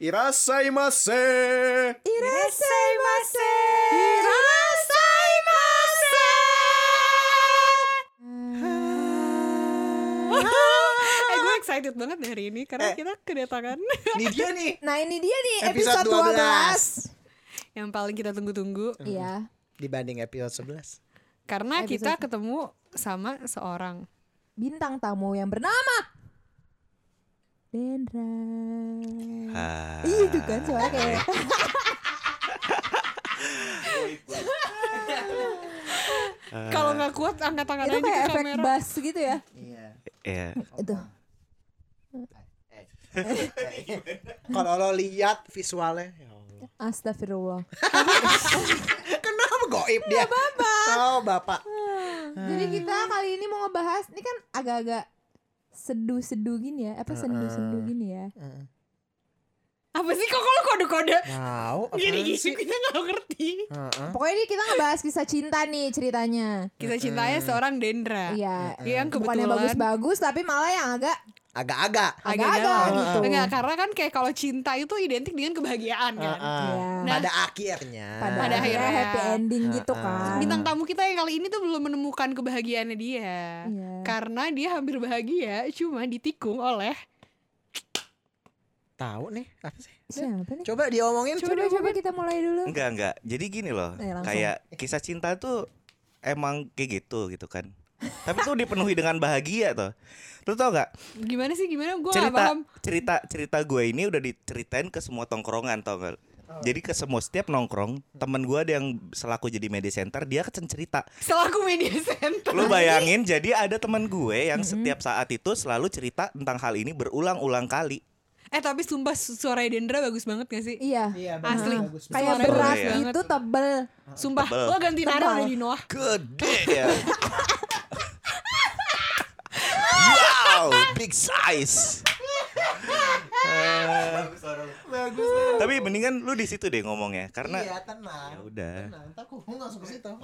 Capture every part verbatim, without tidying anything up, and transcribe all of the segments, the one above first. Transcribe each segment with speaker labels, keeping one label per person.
Speaker 1: Irasaimase.
Speaker 2: Irasaimase. Irasaimase.
Speaker 3: Eh gue excited banget hari ini karena
Speaker 1: Eh.
Speaker 3: kita kedatangan
Speaker 1: Ini dia nih.
Speaker 2: Nah ini dia nih
Speaker 1: Episode
Speaker 2: episode
Speaker 1: dua
Speaker 2: dua
Speaker 1: belas.
Speaker 2: belas.
Speaker 3: yang paling kita tunggu-tunggu
Speaker 2: Iya.
Speaker 1: Dibanding episode sebelas.
Speaker 3: karena
Speaker 2: Episode
Speaker 3: kita ketemu sama seorang
Speaker 2: Bintang tamu yang bernama Dendra.
Speaker 4: Ah.
Speaker 2: Iya itu kan suara kayak
Speaker 3: kalau nggak kuat angkat tangan
Speaker 2: itu
Speaker 3: aja
Speaker 2: kayak
Speaker 3: ke
Speaker 2: efek
Speaker 3: kamera.
Speaker 2: bass gitu ya.
Speaker 1: Iya.
Speaker 4: Iya.
Speaker 2: Itu.
Speaker 1: Kalau lo lihat visualnya, ya Allah.
Speaker 2: Astagfirullah.
Speaker 1: Kenapa goib dia? Bapak. Oh, Bapak.
Speaker 2: Jadi kita kali ini mau ngebahas, ini kan agak-agak seduh-seduh gini ya, apa sendu-sendu gini ya.
Speaker 3: Apa sih kok kalau kode-kode
Speaker 1: Tahu apaan
Speaker 3: gini-gini
Speaker 1: sih?
Speaker 3: kita nggak ngerti.
Speaker 1: Heeh.
Speaker 2: Pokoknya ini kita ngebahas kisah cinta nih ceritanya.
Speaker 3: Kita cintanya seorang Dendra.
Speaker 2: Iya.
Speaker 3: Yang
Speaker 2: Bukan
Speaker 3: kebetulan
Speaker 2: yang bagus-bagus tapi malah yang agak
Speaker 1: Agak-agak.
Speaker 2: agak-agak
Speaker 3: galau.
Speaker 2: gitu.
Speaker 3: Enggak, karena kan kayak kalau cinta itu identik dengan kebahagiaan kan.
Speaker 1: Heeh.
Speaker 2: Iya.
Speaker 3: Nah.
Speaker 1: Pada akhirnya.
Speaker 2: Pada,
Speaker 3: Pada
Speaker 2: akhirnya
Speaker 3: akhirnya.
Speaker 2: happy ending gitu kan.
Speaker 3: Bintang tamu kita yang kali ini tuh belum menemukan kebahagiaannya dia.
Speaker 2: Iya.
Speaker 3: Karena dia hampir bahagia cuma ditikung oleh
Speaker 1: Tahu nih apa sih?
Speaker 2: Siapa nih?
Speaker 1: Coba diomongin.
Speaker 2: Coba coba kita mulai dulu.
Speaker 4: Enggak, enggak. Jadi gini loh.
Speaker 2: Eh, langsung.
Speaker 4: Kayak kisah cinta tuh emang kayak gitu gitu kan. Tapi tuh dipenuhi dengan bahagia tuh. Lu tau gak?
Speaker 3: gimana sih gimana gue nggak
Speaker 4: Cerita
Speaker 3: paham.
Speaker 4: cerita cerita gue ini udah diceritain ke semua tongkrongan tau gak? Jadi ke semua setiap nongkrong temen gue ada yang selaku jadi media center dia kecen cerita.
Speaker 3: Selaku media center.
Speaker 4: Lu bayangin jadi ada temen gue yang setiap saat itu selalu cerita tentang hal ini berulang-ulang kali.
Speaker 3: Eh tapi sumpah su- suara Dendra bagus banget gak sih?
Speaker 2: Iya.
Speaker 1: Iya,
Speaker 3: Asli.
Speaker 1: bagus.
Speaker 2: Kayak
Speaker 3: Suaranya
Speaker 2: beras
Speaker 4: bagus
Speaker 2: gitu tebel.
Speaker 3: Sumpah
Speaker 4: Tebel.
Speaker 3: lo ganti nada
Speaker 2: Tebal.
Speaker 3: udah di Noah.
Speaker 4: Gede ya. Wow, big size. Eh,
Speaker 1: Bagus.
Speaker 4: tapi mendingan lu di situ deh ngomongnya karena
Speaker 1: Iya, tenang.
Speaker 4: ya udah.
Speaker 1: Tenang, entar aku langsung ke situ.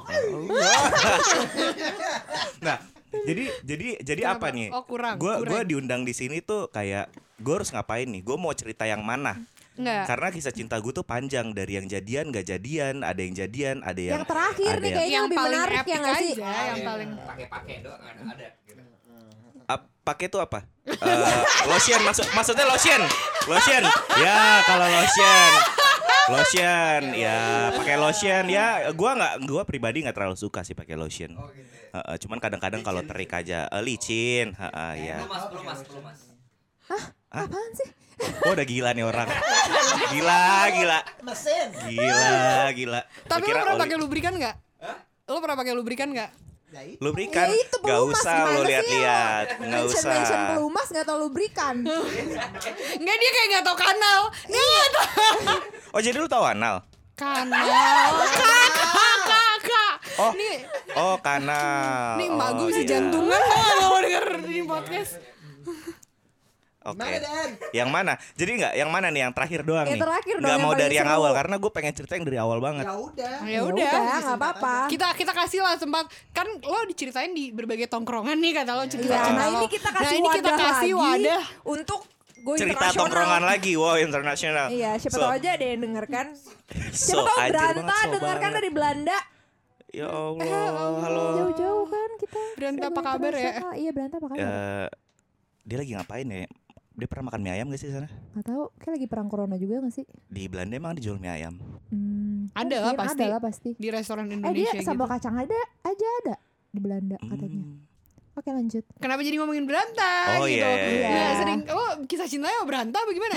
Speaker 4: Nah, jadi jadi jadi
Speaker 3: Kenapa?
Speaker 4: apa nih?
Speaker 3: Oh, kurang,
Speaker 4: Gua
Speaker 3: kurang.
Speaker 4: gua diundang di sini tuh kayak gue harus ngapain nih? Gue mau cerita yang mana?
Speaker 3: Enggak.
Speaker 4: Karena kisah cinta gue tuh panjang dari yang jadian, gak jadian, ada yang jadian, ada yang
Speaker 2: Yang terakhir
Speaker 4: ada
Speaker 2: nih
Speaker 4: yang-
Speaker 2: kayaknya
Speaker 3: Yang
Speaker 2: lebih
Speaker 3: paling
Speaker 2: menarik
Speaker 3: epic
Speaker 2: ya nggak sih?
Speaker 3: aja, yang paling
Speaker 5: pakai-pakai doang ada ada gitu.
Speaker 4: Ap- pakai tuh apa? Eh, lotion maksud maksudnya lotion. Lotion. Ya, kalau lotion. Lotion ya, pakai lotion ya. Gua nggak gua pribadi nggak terlalu suka sih pakai lotion. Heeh, cuman kadang-kadang kalau terik aja eh, licin, heeh ya.
Speaker 5: Pelumas, pelumas, pelumas.
Speaker 2: Apaan sih?
Speaker 4: Oh, udah gila nih orang. Gila, gila.
Speaker 1: Mesin.
Speaker 4: Gila, gila.
Speaker 3: Tapi lo
Speaker 4: Gua kira
Speaker 3: pernah
Speaker 4: oli-
Speaker 3: pakai lubrikan nggak? Lo pernah pakai lubrikan nggak?
Speaker 1: Ya itu.
Speaker 4: lubrikan?
Speaker 2: Ya itu
Speaker 4: Gak
Speaker 2: pelumas,
Speaker 4: usah
Speaker 2: gimana
Speaker 4: lo
Speaker 2: sih
Speaker 4: lihat-lihat,
Speaker 2: lo?
Speaker 4: nggak
Speaker 2: Mention
Speaker 4: usah.
Speaker 2: mention pelumas nggak tau lubrikan.
Speaker 3: Enggak, dia kayak nggak tahu kanal. Nggak tahu
Speaker 4: Oh, jadi lu tahu anal?
Speaker 3: kanal. Kakak, kakak.
Speaker 4: Oh,
Speaker 3: Nih,
Speaker 4: oh kanal.
Speaker 3: nih emak gue
Speaker 4: Oh,
Speaker 3: bisa
Speaker 4: iya.
Speaker 3: jantungan kalau mau denger di podcast.
Speaker 4: Oke.
Speaker 1: Gimana, Dan?
Speaker 4: Yang mana? Jadi nggak? Yang mana nih? Yang terakhir doang
Speaker 2: Yang
Speaker 4: nih.
Speaker 2: terakhir dong,
Speaker 4: Nggak
Speaker 2: yang
Speaker 4: mau
Speaker 2: paling
Speaker 4: dari yang
Speaker 2: seru.
Speaker 4: awal karena gue pengen cerita yang dari awal banget.
Speaker 1: Ya udah.
Speaker 3: Ya udah.
Speaker 2: nggak apa-apa.
Speaker 3: Kita kita kasih lah sempat kan lo diceritain di berbagai tongkrongan nih kata lo cerita
Speaker 2: Iya,
Speaker 3: cinta
Speaker 2: nah
Speaker 3: lo.
Speaker 2: ini kita kasih
Speaker 3: Nah, ini kita
Speaker 2: wadah
Speaker 3: kasih
Speaker 2: lagi
Speaker 3: wadah.
Speaker 2: untuk go
Speaker 4: Cerita
Speaker 2: internasional.
Speaker 4: tongkrongan lagi, wow internasional.
Speaker 2: Iya, siapa
Speaker 4: So-
Speaker 2: tahu aja ada yang denger kan.
Speaker 4: so
Speaker 2: Siapa tahu
Speaker 4: anjir
Speaker 2: Beranta
Speaker 4: banget, so
Speaker 2: denger kan
Speaker 4: banget.
Speaker 2: dari Belanda.
Speaker 4: Ya Allah, halo.
Speaker 2: Jauh-jauh kan kita.
Speaker 3: Beranta,
Speaker 2: Go
Speaker 3: apa kabar ya?
Speaker 2: internasional. Iya, Beranta apa kabar?
Speaker 4: Eh, dia lagi ngapain ya? Dia pernah makan mie ayam gak sih di sana?
Speaker 2: Nggak tahu, kayak lagi perang corona juga nggak sih?
Speaker 4: Di Belanda emang dijual mie ayam.
Speaker 2: Hmm,
Speaker 3: Ada
Speaker 2: mungkin
Speaker 3: lah pasti.
Speaker 2: Ada lah pasti.
Speaker 3: Di restoran
Speaker 2: Eh
Speaker 3: Indonesia
Speaker 2: dia sambal
Speaker 3: gitu.
Speaker 2: kacang ada aja ada di Belanda katanya.
Speaker 4: Hmm.
Speaker 2: Oke lanjut.
Speaker 3: Kenapa jadi ngomongin Beranta
Speaker 4: Oh,
Speaker 3: gitu?
Speaker 4: iya, iya,
Speaker 2: iya.
Speaker 3: Nggak, sering oh kisah cintanya sama Beranta apa gimana?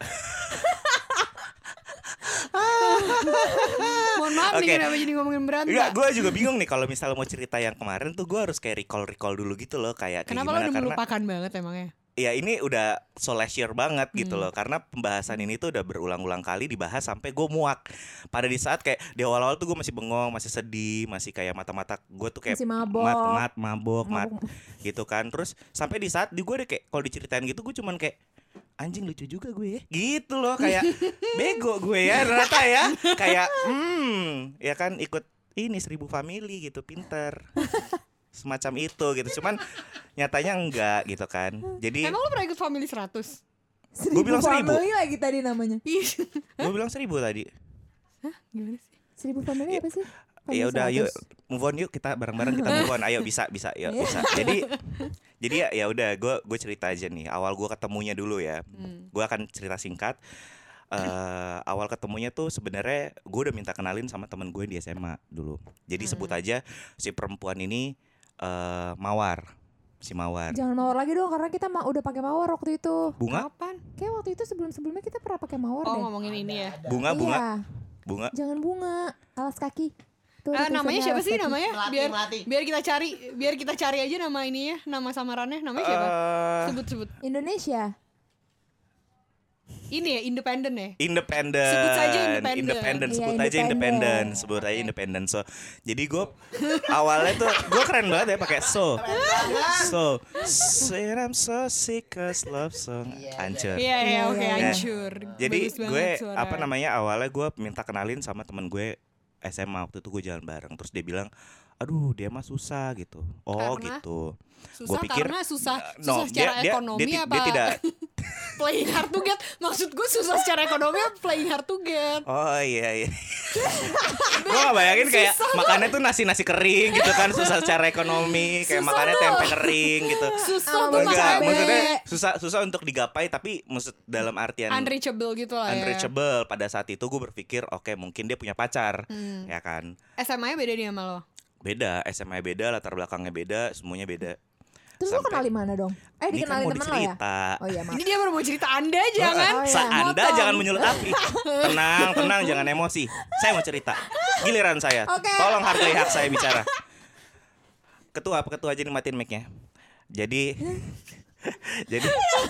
Speaker 3: Mohon maaf nih
Speaker 4: Oke.
Speaker 3: kenapa jadi ngomongin Beranta?
Speaker 4: Enggak, gue juga bingung nih kalau misalnya mau cerita yang kemarin tuh gue harus kayak recall-recall dulu gitu loh kayak kayak
Speaker 3: Kenapa lo
Speaker 4: gimana
Speaker 3: udah
Speaker 4: karena
Speaker 3: melupakan banget emangnya?
Speaker 4: ya ini udah so leisure banget gitu
Speaker 3: Hmm.
Speaker 4: loh karena pembahasan ini tuh udah berulang-ulang kali dibahas sampai gue muak. Pada di saat kayak di awal-awal tuh gue masih bengong, masih sedih, masih kayak mata-mata gue tuh kayak
Speaker 2: Masih mabok.
Speaker 4: mat mat mabok mat
Speaker 2: Mabok.
Speaker 4: gitu kan. Terus sampai di saat di gue deh kayak kalau diceritain gitu gue cuman kayak anjing lucu juga gue ya gitu loh kayak bego gue ya ternyata ya kayak hmm ya kan ikut ini seribu family gitu pinter semacam itu gitu cuman nyatanya enggak gitu kan jadi
Speaker 3: Emang lo pernah ikut Family seratus?
Speaker 4: Gue bilang seribu.
Speaker 2: Family lagi tadi namanya.
Speaker 4: Gue bilang seribu tadi.
Speaker 3: Gimana sih?
Speaker 2: Seribu family apa sih?
Speaker 4: Ya
Speaker 2: Family
Speaker 4: udah yuk
Speaker 2: seratus.
Speaker 4: move on yuk, kita bareng-bareng kita move on. Ayo bisa bisa yuk
Speaker 2: Iya.
Speaker 4: bisa. Jadi jadi ya ya udah gue gue cerita aja nih. Awal gue ketemunya dulu ya.
Speaker 3: Hmm.
Speaker 4: Gue akan cerita singkat. Eh awal ketemunya tuh sebenarnya gue udah minta kenalin sama temen gue di S M A dulu. Jadi
Speaker 3: Hmm.
Speaker 4: sebut aja si perempuan ini eh Mawar. Si Mawar.
Speaker 2: Jangan mawar lagi dong karena kita ma- udah pakai mawar waktu itu.
Speaker 4: Bunga?
Speaker 3: Kapan?
Speaker 2: Kayak waktu itu sebelum-sebelumnya kita pernah pakai mawar
Speaker 3: Oh
Speaker 2: deh.
Speaker 3: ngomongin ini ya.
Speaker 4: Bunga bunga
Speaker 2: Iya.
Speaker 4: bunga.
Speaker 2: Jangan bunga, alas kaki. Tuh,
Speaker 3: Eh,
Speaker 2: ada
Speaker 3: namanya
Speaker 2: tulisannya
Speaker 3: siapa
Speaker 2: alas
Speaker 3: sih
Speaker 2: kaki.
Speaker 3: namanya?
Speaker 1: Melati,
Speaker 3: Biar
Speaker 1: Melati.
Speaker 3: biar kita cari, biar kita cari aja nama ininya, nama samarannya. Namanya siapa?
Speaker 4: Eh,
Speaker 3: Sebut-sebut.
Speaker 2: Indonesia.
Speaker 3: Ini ya, independen ya.
Speaker 4: Independen.
Speaker 3: Sebut saja independen.
Speaker 4: Independen,
Speaker 2: Iya,
Speaker 4: sebut aja
Speaker 2: independen.
Speaker 4: independen, sebut aja independen. So, jadi gue awalnya tuh gue keren banget ya pakai so. So, said I'm so sick 'cause love song. Hancur.
Speaker 3: Iya iya oke
Speaker 2: Iya, iya.
Speaker 3: hancur.
Speaker 4: Jadi
Speaker 3: Bagus banget
Speaker 4: gue
Speaker 3: suara.
Speaker 4: apa namanya awalnya gue minta kenalin sama temen gue S M A waktu itu gue jalan bareng terus dia bilang aduh dia mah susah gitu. Oh
Speaker 3: Karena?
Speaker 4: gitu.
Speaker 3: Susah
Speaker 4: Gua pikir,
Speaker 3: karena susah,
Speaker 4: uh,
Speaker 3: susah
Speaker 4: no,
Speaker 3: secara
Speaker 4: dia- dia-
Speaker 3: ekonomi
Speaker 4: dia ti-
Speaker 3: apa?
Speaker 4: dia tidak.
Speaker 3: Playing hard to get. Maksud gue susah secara ekonomi apa playing hard to get?
Speaker 4: Oh iya iya. Gue gak bayangin kayak
Speaker 3: Susah
Speaker 4: makannya tuh nasi-nasi kering gitu kan susah secara ekonomi kayak
Speaker 3: Susah
Speaker 4: makannya
Speaker 3: tuh.
Speaker 4: tempe kering gitu.
Speaker 3: Susah
Speaker 2: Ah,
Speaker 3: tuh
Speaker 2: Enggak,
Speaker 4: Enggak,
Speaker 3: makannya.
Speaker 4: maksudnya susah susah untuk digapai tapi maksud dalam artian
Speaker 3: Unreachable gitu lah ya.
Speaker 4: unreachable. Pada saat itu gue berpikir oke mungkin dia punya pacar
Speaker 3: Hmm.
Speaker 4: ya kan.
Speaker 3: S M A-nya beda dia sama lo.
Speaker 4: Beda, S M A beda, latar belakangnya beda, semuanya beda.
Speaker 2: Terus lo
Speaker 4: Sampai-
Speaker 2: kenal di mana dong? Eh
Speaker 4: Ini kan
Speaker 2: dikenalin
Speaker 4: mau
Speaker 2: temen lo ya?
Speaker 4: dicerita.
Speaker 2: Oh iya maaf.
Speaker 3: Ini dia baru mau cerita Anda jangan.
Speaker 2: Oh, iya.
Speaker 4: Sa- Anda
Speaker 3: Motong.
Speaker 4: jangan menyulut api. Tenang, tenang, jangan emosi. Saya mau cerita. Giliran saya.
Speaker 2: Oke.
Speaker 4: Tolong hargai hak saya bicara. Ketua, apa ketua aja nih matiin mic-nya. Jadi jadi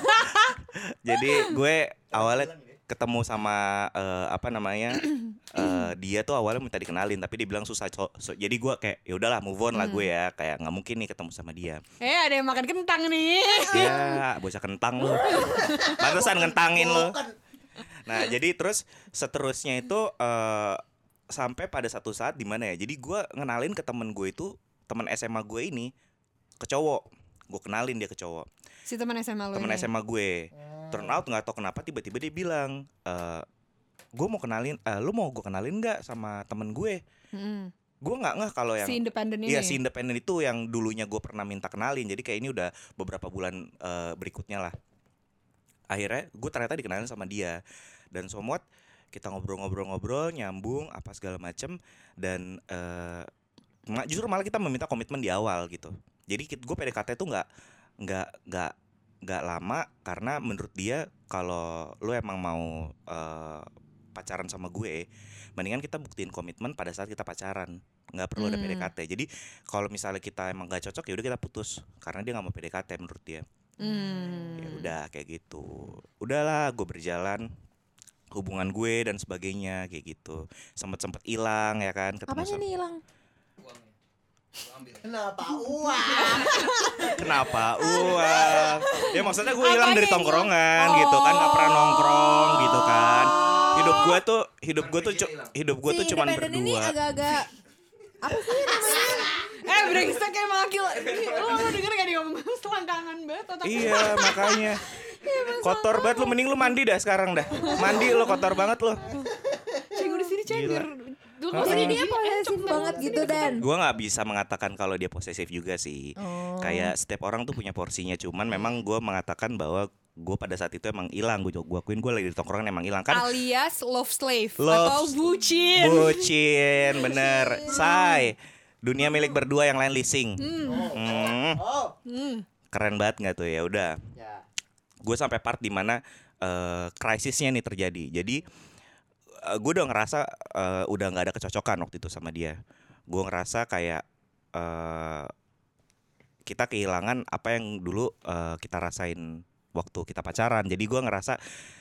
Speaker 4: jadi gue awalnya ketemu sama eh, apa namanya eh, dia tuh awalnya minta dikenalin tapi dia bilang susah so- so- jadi gue kayak ya udahlah move on lah gue ya kayak nggak mungkin nih ketemu sama dia.
Speaker 3: Eh ada yang makan kentang nih.
Speaker 4: Ya, bocah kentang lu. Pantesan ngentangin lu. Nah, jadi terus seterusnya itu eh, sampai pada satu saat di mana ya. Jadi gua ngenalin ke temen gue itu, teman S M A gue ini ke cowok. Gue kenalin dia ke cowok.
Speaker 3: Si teman S M A lo
Speaker 4: Temen
Speaker 3: ini.
Speaker 4: S M A gue. Turn out nggak tahu kenapa tiba-tiba dia bilang, eh gue mau kenalin, eh, lu mau gue kenalin nggak sama temen gue?
Speaker 3: Mm-mm.
Speaker 4: Gue nggak ngeh kalau yang
Speaker 3: Si independen ini.
Speaker 4: Iya si independen itu yang dulunya gue pernah minta kenalin. Jadi kayak ini udah beberapa bulan eh, berikutnya lah. Akhirnya gue ternyata dikenalin sama dia. Dan somewhat kita ngobrol-ngobrol-ngobrol nyambung apa segala macem. Dan eh, ma- justru malah kita meminta komitmen di awal gitu. Jadi gue P D K T tuh nggak nggak nggak nggak lama karena menurut dia kalau lu emang mau eh, pacaran sama gue, mendingan kita buktiin komitmen pada saat kita pacaran, nggak perlu ada
Speaker 3: Hmm.
Speaker 4: P D K T. Jadi kalau misalnya kita emang gak cocok ya udah kita putus karena dia nggak mau P D K T menurut dia.
Speaker 3: Hmm.
Speaker 4: Ya udah kayak gitu. Udahlah gue berjalan hubungan gue dan sebagainya kayak gitu. Sempet-sempet hilang ya kan ketemu
Speaker 2: Apanya
Speaker 4: sama-
Speaker 2: nih hilang?
Speaker 5: Uangnya. Gua ambil.
Speaker 1: Kenapa uang?
Speaker 4: Kenapa uang? Ya maksudnya gue hilang
Speaker 3: Apanya
Speaker 4: dari
Speaker 3: yang
Speaker 4: tongkrongan
Speaker 3: hilang?
Speaker 4: gitu kan, nggak pernah
Speaker 3: Oh.
Speaker 4: nongkrong gitu kan. Hidup gue tuh, hidup gue tuh, cu- hidup gue tuh
Speaker 2: Si
Speaker 4: cuman
Speaker 2: independen ini
Speaker 4: berdua.
Speaker 2: agak-agak apa sih namanya?
Speaker 3: Eh brengsek kayak makil. Lo lo denger gak dia ngomong selangkangan banget otak.
Speaker 4: Iya makanya kotor banget lu, mending lu mandi dah sekarang dah. Mandi lu kotor banget lu.
Speaker 3: Cenggu di sini ceng
Speaker 4: Gila.
Speaker 3: biar lu
Speaker 4: Oh.
Speaker 3: sini
Speaker 2: Jadi
Speaker 3: dia
Speaker 2: dia posesif banget gitu Dan.
Speaker 4: Gue nggak bisa mengatakan kalau dia posesif juga sih.
Speaker 2: Oh.
Speaker 4: Kayak setiap orang tuh punya porsinya. Cuman memang gue mengatakan bahwa gue pada saat itu emang hilang. Gue gue akuin gue lagi di tongkrongan emang hilang kan.
Speaker 3: alias love slave
Speaker 4: Love
Speaker 3: atau bucin.
Speaker 4: Bucin, bener. Say, dunia milik berdua yang lain leasing. Hmm,
Speaker 1: Oh,
Speaker 3: Hmm.
Speaker 4: keren banget nggak tuh ya? Udah,
Speaker 1: ya.
Speaker 4: gue sampai part dimana eh, krisisnya nih terjadi. Jadi gue udah ngerasa eh, udah nggak ada kecocokan waktu itu sama dia. Gue ngerasa kayak eh, kita kehilangan apa yang dulu eh, kita rasain waktu kita pacaran. Jadi gue ngerasa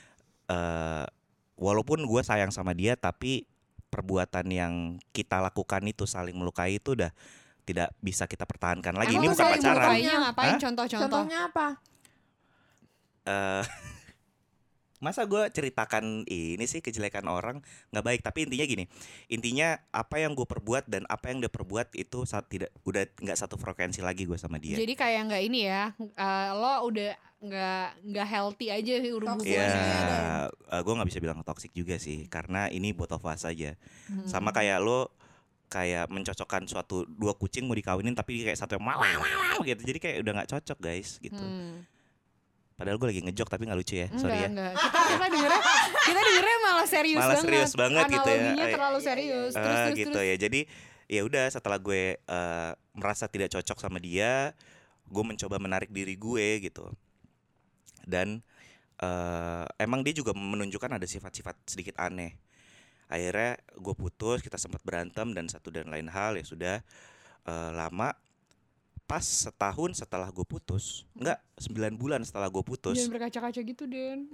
Speaker 4: eh, walaupun gue sayang sama dia, tapi perbuatan yang kita lakukan itu saling melukai itu udah tidak bisa kita pertahankan lagi.
Speaker 3: Emang
Speaker 4: Ini
Speaker 3: lu
Speaker 4: bukan
Speaker 3: saling
Speaker 4: pacaran.
Speaker 3: melukainya ngapain?
Speaker 4: Hah?
Speaker 3: Contoh-contoh.
Speaker 2: Contohnya apa?
Speaker 4: Eh, Masa gue ceritakan ini sih kejelekan orang nggak baik. Tapi intinya gini, intinya apa yang gue perbuat dan apa yang dia perbuat itu saat tidak udah nggak satu frekuensi lagi gue sama dia.
Speaker 3: Jadi kayak nggak ini ya, uh, lo udah nggak nggak healthy aja hubungannya.
Speaker 4: Ya, uh, gue nggak bisa bilang toxic juga sih, karena ini both of us aja.
Speaker 3: Hmm.
Speaker 4: Sama kayak lo kayak mencocokkan suatu dua kucing mau dikawinin tapi kayak satu yang mau gitu. Jadi kayak udah nggak cocok guys gitu.
Speaker 3: Hmm.
Speaker 4: Padahal gue lagi ngejok tapi gak lucu ya, sorry
Speaker 3: Enggak,
Speaker 4: ya.
Speaker 3: enggak. Kita, kita dengernya, kita dengernya malah serius
Speaker 4: Malah
Speaker 3: banget.
Speaker 4: serius banget gitu ya.
Speaker 3: Analoginya
Speaker 4: Eh,
Speaker 3: terlalu serius. Terus,
Speaker 4: Eh,
Speaker 3: terus,
Speaker 4: gitu
Speaker 3: terus.
Speaker 4: ya. Jadi ya udah setelah gue eh, merasa tidak cocok sama dia, gue mencoba menarik diri gue gitu. Dan eh, emang dia juga menunjukkan ada sifat-sifat sedikit aneh. Akhirnya gue putus, kita sempat berantem dan satu dan lain hal ya sudah eh, lama. Pas setahun setelah gue putus, enggak, sembilan bulan setelah gue putus.
Speaker 3: Jangan berkaca-kaca gitu, Den.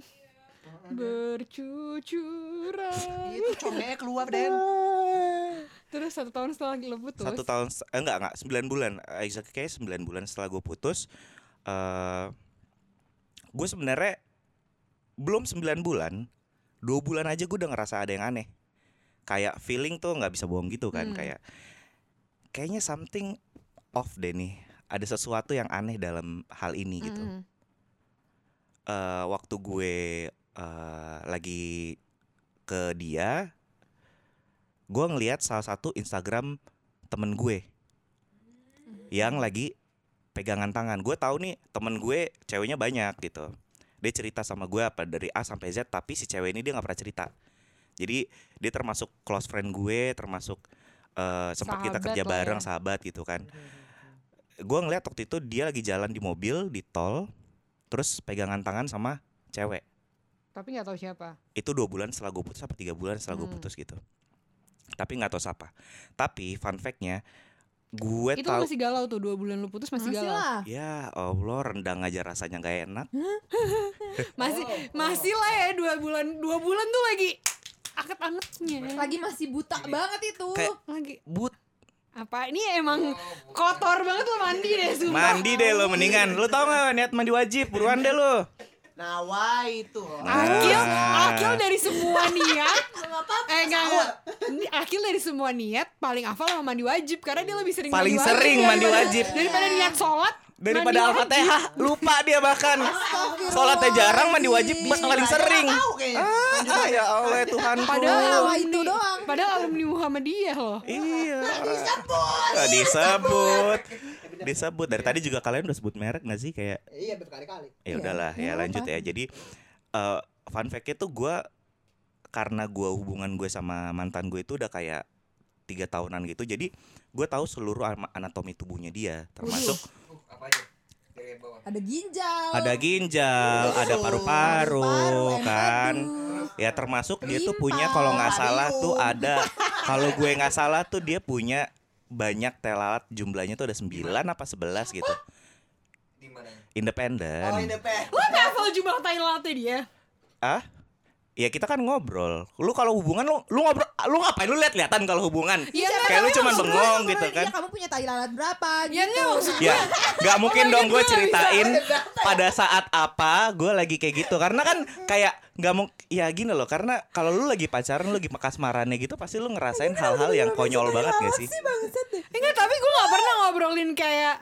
Speaker 3: Bercucuran.
Speaker 1: Itu congeknya keluar Den.
Speaker 3: Terus satu tahun setelah lo putus.
Speaker 4: Satu tahun, eh, enggak, enggak, sembilan bulan. Exactly kayak sembilan bulan setelah gue putus. eh Gue sebenarnya belum sembilan bulan, dua bulan aja gue udah ngerasa ada yang aneh. Kayak feeling tuh nggak bisa bohong gitu kan.
Speaker 3: Hmm.
Speaker 4: Kayak kayaknya something off deh nih. Ada sesuatu yang aneh dalam hal ini gitu.
Speaker 3: Mm-mm.
Speaker 4: Eh, waktu gue eh, lagi ke dia, gue ngelihat salah satu Instagram temen gue yang lagi pegangan tangan. Gue tahu nih temen gue ceweknya banyak gitu. Dia cerita sama gue apa dari A sampai Z, tapi si cewek ini dia nggak pernah cerita. Jadi dia termasuk close friend gue, termasuk eh, sempat kita
Speaker 3: Sahabat
Speaker 4: kerja
Speaker 3: lah
Speaker 4: bareng,
Speaker 3: ya.
Speaker 4: sahabat gitu kan. Gue ngeliat waktu itu dia lagi jalan di mobil di tol, terus pegangan tangan sama cewek.
Speaker 3: Tapi nggak tahu siapa.
Speaker 4: Itu dua bulan setelah gue putus apa tiga bulan setelah gue
Speaker 3: Hmm.
Speaker 4: putus gitu. Tapi nggak tahu siapa. Tapi fun fact-nya, gue
Speaker 3: Itu
Speaker 4: tahu.
Speaker 3: masih galau tuh, dua bulan lu putus masih,
Speaker 2: Masih
Speaker 3: galau.
Speaker 2: lah.
Speaker 4: Ya Allah, rendang aja rasanya nggak enak.
Speaker 3: Masih masih lah ya dua bulan dua bulan tuh lagi anget-angetnya.
Speaker 2: Lagi masih buta banget itu.
Speaker 4: Kayak
Speaker 3: Lagi
Speaker 4: but
Speaker 3: apa ini emang kotor banget lo mandi deh sumpah.
Speaker 4: mandi deh lo mendingan. Lo tau nggak niat mandi wajib, buruan deh lo.
Speaker 1: Nawa itu.
Speaker 3: Akil,
Speaker 4: Nah.
Speaker 3: akil dari semua niat. eh enggak enggak. Ini Akil dari semua niat paling hafal sama mandi wajib karena dia lebih sering
Speaker 4: Paling
Speaker 3: mandi wajib
Speaker 4: sering
Speaker 3: daripada-
Speaker 4: mandi wajib.
Speaker 3: daripada niat sholat.
Speaker 4: Daripada
Speaker 3: mandi
Speaker 4: Al-Fatihah lupa dia bahkan. Sholatnya jarang, mandi wajib pas paling sering.
Speaker 1: Tahu kayaknya.
Speaker 4: Ah, ya Allah Tuhanku.
Speaker 3: Padahal
Speaker 2: Tahu
Speaker 3: alumni
Speaker 2: itu doang.
Speaker 3: Padahal alumni Muhammadiyah loh.
Speaker 4: Iya. Disebut. Disebut. Disebut. Dari tadi juga kalian udah sebut merek nggak sih kayak?
Speaker 1: Iya berkali-kali.
Speaker 4: Ya udahlah, ya
Speaker 2: nggak
Speaker 4: lanjut
Speaker 2: apa-apa.
Speaker 4: ya. Jadi eh, fun fact-nya tuh gue karena gue hubungan gue sama mantan gue itu udah kayak tiga tahunan gitu. Jadi gue tahu seluruh ama- anatomi tubuhnya dia, termasuk
Speaker 5: Uh, apa aja? Dari yang bawah.
Speaker 2: Ada ginjal.
Speaker 4: ada ginjal, ada paru-paru,
Speaker 2: Paru-paru,
Speaker 4: kan.
Speaker 2: empedu.
Speaker 4: Ya termasuk dia tuh
Speaker 2: Limpa,
Speaker 4: punya kalau nggak salah
Speaker 1: radium.
Speaker 4: tuh ada, kalau gue nggak salah tuh dia punya banyak telalat, jumlahnya tuh ada sembilan apa sebelas gitu.
Speaker 5: Di mana?
Speaker 4: Independen.
Speaker 1: Oh independen.
Speaker 3: Lo gak hafal jumlah Thailandnya dia?
Speaker 4: Ah? Ya kita kan ngobrol. Lu kalau hubungan lu lu ngobrol, lu ngapain lu lihat-lihatan kalau hubungan?
Speaker 3: Iya, nggak,
Speaker 4: Kayak lu
Speaker 3: tapi
Speaker 4: cuman
Speaker 3: maksud gue
Speaker 4: bengong
Speaker 2: Iya,
Speaker 4: gitu kan.
Speaker 2: Iya, kamu punya tai lalat berapa
Speaker 3: Ya
Speaker 2: gitu.
Speaker 3: enggak maksud
Speaker 4: Ya, nggak mungkin
Speaker 3: Oh my
Speaker 4: dong
Speaker 3: God,
Speaker 4: gue
Speaker 3: gue nggak
Speaker 4: ceritain pada saat apa gue lagi kayak gitu. Karena kan kayak nggak mau, ya gini loh. Karena kalau lu lagi pacaran, lu lagi kasmarannya gitu, pasti lu ngerasain hal-hal yang konyol banget gak sih?
Speaker 3: Enggak, tapi gue gak pernah ngobrolin kayak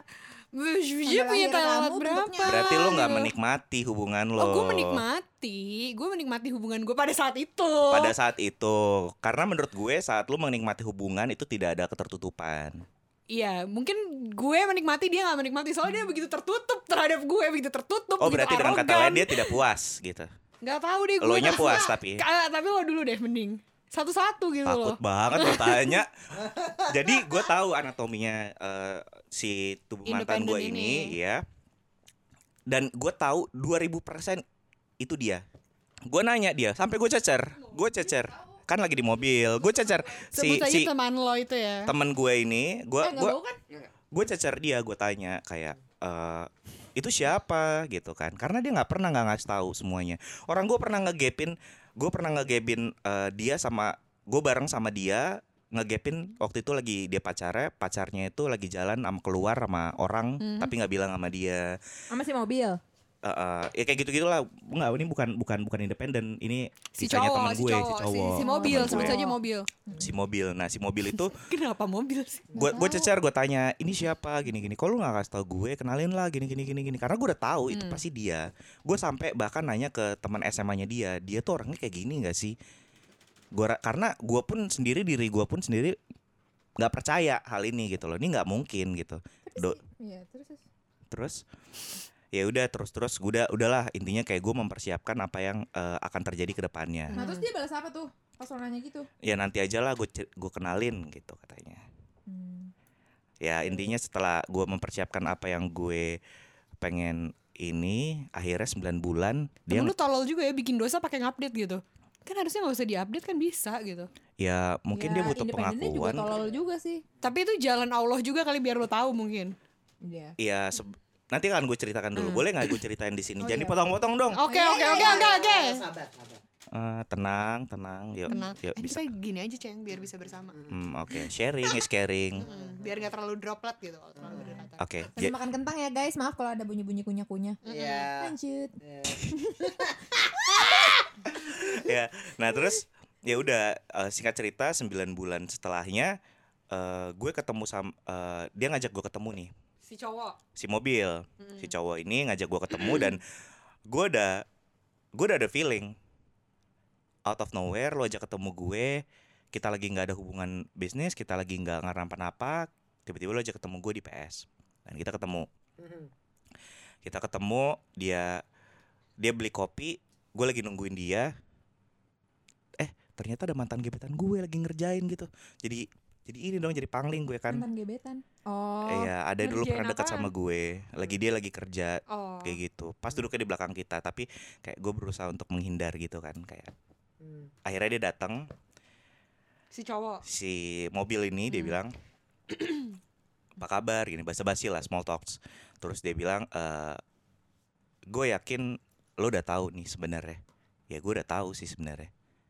Speaker 3: Dia punya
Speaker 2: lahir
Speaker 3: Thailand
Speaker 2: kamu
Speaker 3: berapa?
Speaker 2: bentuknya.
Speaker 4: Berarti lu nggak
Speaker 3: gitu.
Speaker 4: menikmati hubungan lo.
Speaker 3: Oh, gue menikmati. Gue menikmati hubungan gue pada saat itu.
Speaker 4: Pada saat itu, karena menurut gue saat lu menikmati hubungan itu tidak ada ketertutupan.
Speaker 3: Iya, mungkin gue menikmati, dia gak menikmati. Soalnya dia begitu tertutup terhadap gue, begitu tertutup.
Speaker 4: Oh
Speaker 3: begitu
Speaker 4: berarti dengan kata
Speaker 3: arogan.
Speaker 4: lain dia tidak puas gitu.
Speaker 3: Gak tahu deh gue.
Speaker 4: Elonya
Speaker 3: rasa-
Speaker 4: puas tapi.
Speaker 3: Ka- Tapi lo dulu deh mending. Satu-satu gitu
Speaker 4: Takut
Speaker 3: loh.
Speaker 4: banget lu tanya. Jadi gue tahu anatominya eh, si tubuh mantan
Speaker 3: Independen
Speaker 4: gue ini,
Speaker 3: ini.
Speaker 4: ya. Dan gue tahu dua ribu persen itu dia. Gue nanya dia, sampai gue cecer. Gue cecer. Kan lagi di mobil. Gue cecer si
Speaker 3: Sebut aja
Speaker 4: si
Speaker 3: teman lo itu ya.
Speaker 4: temen gue ini, gue
Speaker 2: Eh, nggak
Speaker 4: gue
Speaker 2: bau kan?
Speaker 4: gue cecer dia, gue tanya kayak eh itu siapa gitu kan, karena dia nggak pernah nggak ngasih tahu semuanya. Orang gue pernah ngegepin, gue pernah ngegepin eh, dia sama gue bareng sama dia ngegepin waktu itu lagi dia pacarnya, pacarnya itu lagi jalan sama keluar sama orang
Speaker 3: Hmm.
Speaker 4: tapi nggak bilang sama dia.
Speaker 2: Sama si mobil.
Speaker 4: uh, uh, ya kayak gitu-gitulah. Enggak, ini bukan bukan bukan independen. Ini
Speaker 3: Si
Speaker 4: kisahnya
Speaker 3: cowok,
Speaker 4: teman
Speaker 3: si
Speaker 4: gue,
Speaker 3: cowok,
Speaker 4: si
Speaker 3: si,
Speaker 4: cowok.
Speaker 3: si mobil,
Speaker 4: Temen
Speaker 3: sebut
Speaker 4: gue.
Speaker 3: aja mobil.
Speaker 4: Si mobil. Nah, si mobil itu
Speaker 3: Kenapa mobil sih?
Speaker 4: gue gue cecer, gue tanya, "Ini siapa?" gini-gini. "Kok lu enggak kasih tau gue? Kenalin lah gini gini gini gini." Karena gue udah tahu itu
Speaker 3: Hmm.
Speaker 4: pasti dia. Gue sampai bahkan nanya ke teman S M A-nya dia, "Dia tuh orangnya kayak gini enggak sih?" Gua ra- karena gue pun sendiri diri gue pun sendiri nggak percaya hal ini gitu loh. Ini nggak mungkin gitu. Do-
Speaker 2: Iya, terus terus.
Speaker 4: terus ya udah terus terus udah udahlah, intinya kayak gue mempersiapkan apa yang eh, akan terjadi ke depannya.
Speaker 2: Nah, terus dia balas apa tuh? Pas lo nanya gitu.
Speaker 4: Ya nanti aja lah gue gue kenalin gitu katanya.
Speaker 2: Hmm.
Speaker 4: Ya intinya setelah gue mempersiapkan apa yang gue pengen ini, akhirnya sembilan bulan dia
Speaker 3: Temen lu tolol juga ya bikin dosa pakai ngupdate gitu. Kan harusnya nggak usah diupdate kan bisa gitu.
Speaker 4: ya mungkin
Speaker 2: Ya,
Speaker 4: dia butuh
Speaker 2: independennya juga
Speaker 4: pengakuan.
Speaker 2: tolol juga sih.
Speaker 3: Tapi itu jalan Allah juga kali biar lo tahu mungkin.
Speaker 2: Iya.
Speaker 4: Iya, se- nanti akan gue ceritakan dulu. Boleh nggak gue ceritain di sini?
Speaker 2: Oh,
Speaker 4: Jangan
Speaker 2: iya.
Speaker 4: dipotong-potong dong.
Speaker 3: Oke oke oke oke oke.
Speaker 1: Sabar, sabar.
Speaker 4: Eh, tenang, tenang. Yuk,
Speaker 3: Tenang.
Speaker 4: yuk
Speaker 3: Eh,
Speaker 4: bisa.
Speaker 3: kita gini aja Ceng biar bisa bersama.
Speaker 4: Hmm, oke, sharing is caring.
Speaker 3: Hmm, biar nggak terlalu droplet gitu kalau terlalu berdekatan.
Speaker 4: Oke,
Speaker 2: Masih
Speaker 4: ja-
Speaker 2: makan kentang ya guys. Maaf kalau ada bunyi-bunyi kunyah-kunyah.
Speaker 1: Iya.
Speaker 2: Lanjut.
Speaker 4: ya. Nah terus ya udah, eh, singkat cerita sembilan bulan setelahnya eh, gue ketemu sama eh, dia ngajak gue ketemu nih,
Speaker 3: Si cowok.
Speaker 4: si mobil, si cowok ini ngajak gue ketemu dan gue udah gue udah ada feeling out of nowhere lo ajak ketemu gue, kita lagi nggak ada hubungan bisnis, kita lagi nggak ngerampan-apa, tiba-tiba lo ajak ketemu gue di P S dan kita ketemu kita ketemu dia dia beli kopi, gue lagi nungguin dia, eh ternyata ada mantan gebetan gue lagi ngerjain gitu, jadi jadi ini dong, jadi pangling gue kan.
Speaker 2: Mantan gebetan. Oh.
Speaker 4: Iya, ada dulu
Speaker 3: ngerjain
Speaker 4: pernah dekat
Speaker 3: apaan?
Speaker 4: sama gue, lagi dia lagi kerja
Speaker 3: Oh.
Speaker 4: kayak gitu, pas duduknya di belakang kita, tapi kayak gue berusaha untuk menghindar gitu kan, kayak akhirnya dia datang,
Speaker 3: Si cowok.
Speaker 4: si mobil ini dia bilang, "Apa kabar?" gini, basa-basi lah, small talks. Terus dia bilang, eh gue yakin lo udah tahu nih sebenarnya. Ya gue udah tahu sih sebenarnya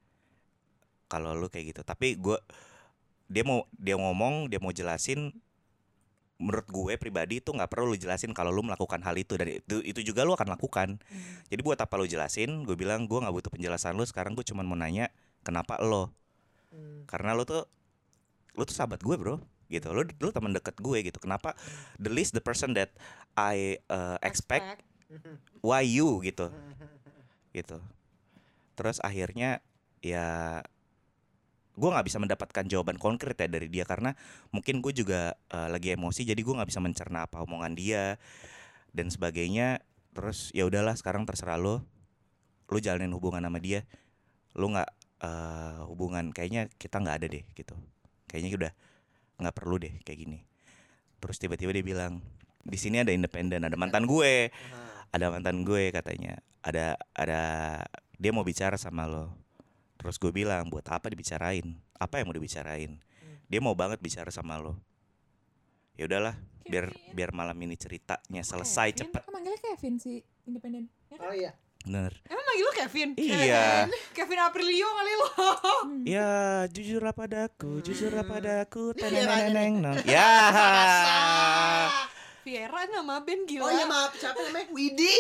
Speaker 4: kalau lo kayak gitu, tapi gue dia mau dia ngomong dia mau jelasin, menurut gue pribadi itu nggak perlu lo jelasin kalau lo melakukan hal itu, dan itu itu juga lo akan lakukan. Jadi buat apa lo jelasin? Gue bilang gue nggak butuh penjelasan lo sekarang, gue cuma mau nanya kenapa lo, karena lo tuh lo tuh sahabat gue bro gitu, lo lo teman dekat gue gitu, kenapa the least the person that I uh, expect why you gitu gitu. Terus akhirnya ya gue nggak bisa mendapatkan jawaban konkret ya dari dia, karena mungkin gue juga uh, lagi emosi, jadi gue nggak bisa mencerna apa omongan dia dan sebagainya. Terus ya udahlah, sekarang terserah lo, lo jalanin hubungan sama dia, lo nggak uh, hubungan, kayaknya kita nggak ada deh gitu, kayaknya udah nggak perlu deh kayak gini. Terus tiba-tiba dia bilang, di sini ada independen, ada mantan gue, ada mantan gue katanya, ada ada dia mau bicara sama lo. Terus gue bilang, buat apa dibicarain? Apa yang mau dibicarain? Dia mau banget bicara sama lo. Ya udahlah, biar biar malam ini ceritanya selesai
Speaker 3: Kevin?
Speaker 4: cepet.
Speaker 2: Kan manggilnya Kevin si independen. Ya kan?
Speaker 1: Oh iya.
Speaker 4: Bener.
Speaker 3: Emang manggil lu Kevin?
Speaker 4: Iya.
Speaker 3: Kevin Aprilio kali lo.
Speaker 4: Ya jujur apa padaku, jujur apa padaku,
Speaker 1: Iya,
Speaker 4: teneng neng. Ya.
Speaker 3: Viera nama band gila.
Speaker 1: Oh iya, maaf, siapa namanya? Widi.